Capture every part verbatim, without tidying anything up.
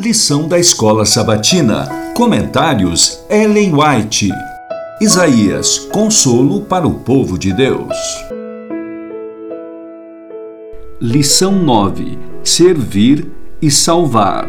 Lição da Escola Sabatina. Comentários Ellen White. Isaías, consolo para o povo de Deus. Lição nove. Servir e salvar.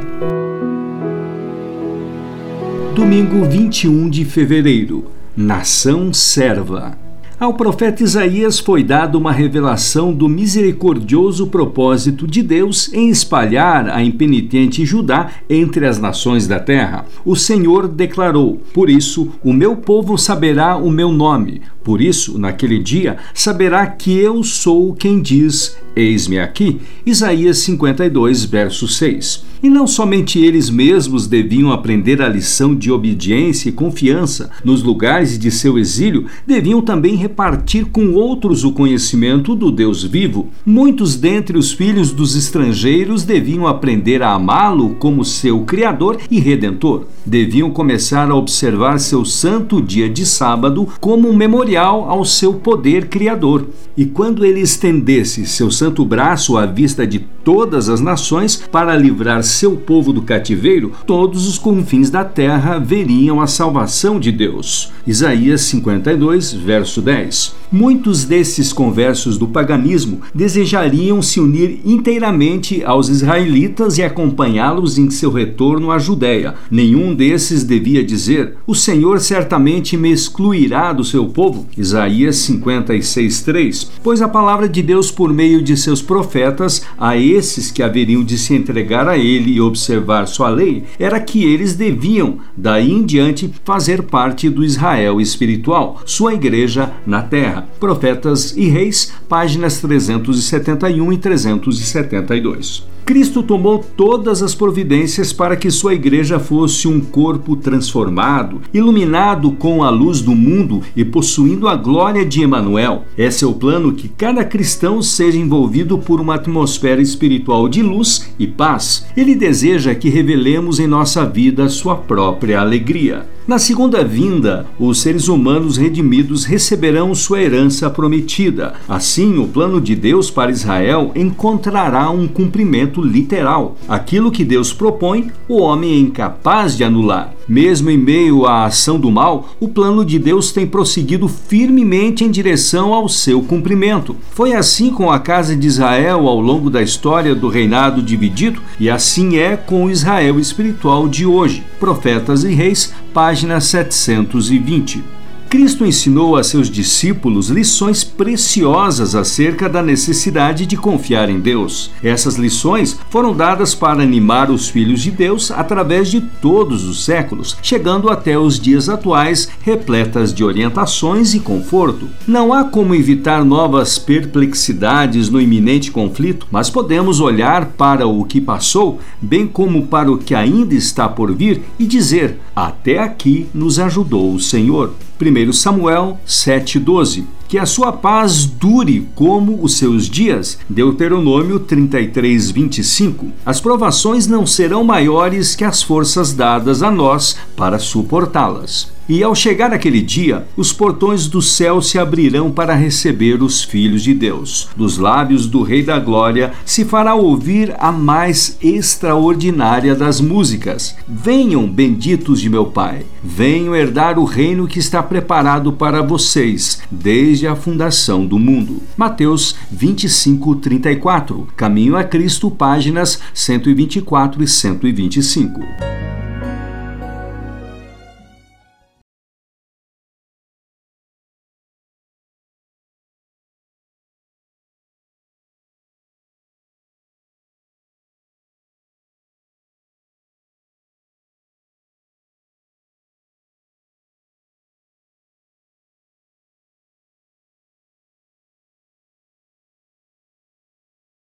Domingo vinte e um de fevereiro. Nação serva. Ao profeta Isaías foi dada uma revelação do misericordioso propósito de Deus em espalhar a impenitente Judá entre as nações da terra. O Senhor declarou: por isso o meu povo saberá o meu nome. Por isso, naquele dia, saberá que eu sou quem diz: eis-me aqui. Isaías cinquenta e dois, verso seis. E não somente eles mesmos deviam aprender a lição de obediência e confiança nos lugares de seu exílio, deviam também repartir com outros o conhecimento do Deus vivo. Muitos dentre os filhos dos estrangeiros deviam aprender a amá-lo como seu Criador e Redentor. Deviam começar a observar seu santo dia de sábado como um memorial ao seu poder criador. E quando ele estendesse seu santo braço à vista de todas as nações para livrar seu povo do cativeiro, todos os confins da terra veriam a salvação de Deus. Isaías cinquenta e dois, verso dez. Muitos desses conversos do paganismo desejariam se unir inteiramente aos israelitas e acompanhá-los em seu retorno à Judéia. Nenhum desses devia dizer: o Senhor certamente me excluirá do seu povo. Isaías cinquenta e seis, três. Pois a palavra de Deus por meio de seus profetas a esses que haveriam de se entregar a ele e observar sua lei era que eles deviam, daí em diante, fazer parte do Israel espiritual, sua igreja na terra. Profetas e Reis, páginas trezentos e setenta e um e trezentos e setenta e dois. Cristo tomou todas as providências para que sua igreja fosse um corpo transformado, iluminado com a luz do mundo e possuindo a glória de Emanuel. Esse é o plano: que cada cristão seja envolvido por uma atmosfera espiritual de luz e paz. Ele deseja que revelemos em nossa vida sua própria alegria. Na segunda vinda, os seres humanos redimidos receberão sua herança prometida. Assim, o plano de Deus para Israel encontrará um cumprimento literal. Aquilo que Deus propõe, o homem é incapaz de anular. Mesmo em meio à ação do mal, o plano de Deus tem prosseguido firmemente em direção ao seu cumprimento. Foi assim com a casa de Israel ao longo da história do reinado dividido, e assim é com o Israel espiritual de hoje. Profetas e Reis, página setecentos e vinte. Cristo ensinou a seus discípulos lições preciosas acerca da necessidade de confiar em Deus. Essas lições foram dadas para animar os filhos de Deus através de todos os séculos, chegando até os dias atuais, repletas de orientações e conforto. Não há como evitar novas perplexidades no iminente conflito, mas podemos olhar para o que passou, bem como para o que ainda está por vir, e dizer: até aqui nos ajudou o Senhor. primeiro Samuel sete, doze. Que a sua paz dure como os seus dias. Deuteronômio trinta e três, vinte e cinco. As provações não serão maiores que as forças dadas a nós para suportá-las. E ao chegar aquele dia, os portões do céu se abrirão para receber os filhos de Deus. Dos lábios do Rei da Glória se fará ouvir a mais extraordinária das músicas: venham, benditos de meu Pai, venham herdar o reino que está preparado para vocês desde a fundação do mundo. Mateus vinte e cinco, trinta e quatro. Caminho a Cristo, páginas cento e vinte e quatro e cento e vinte e cinco.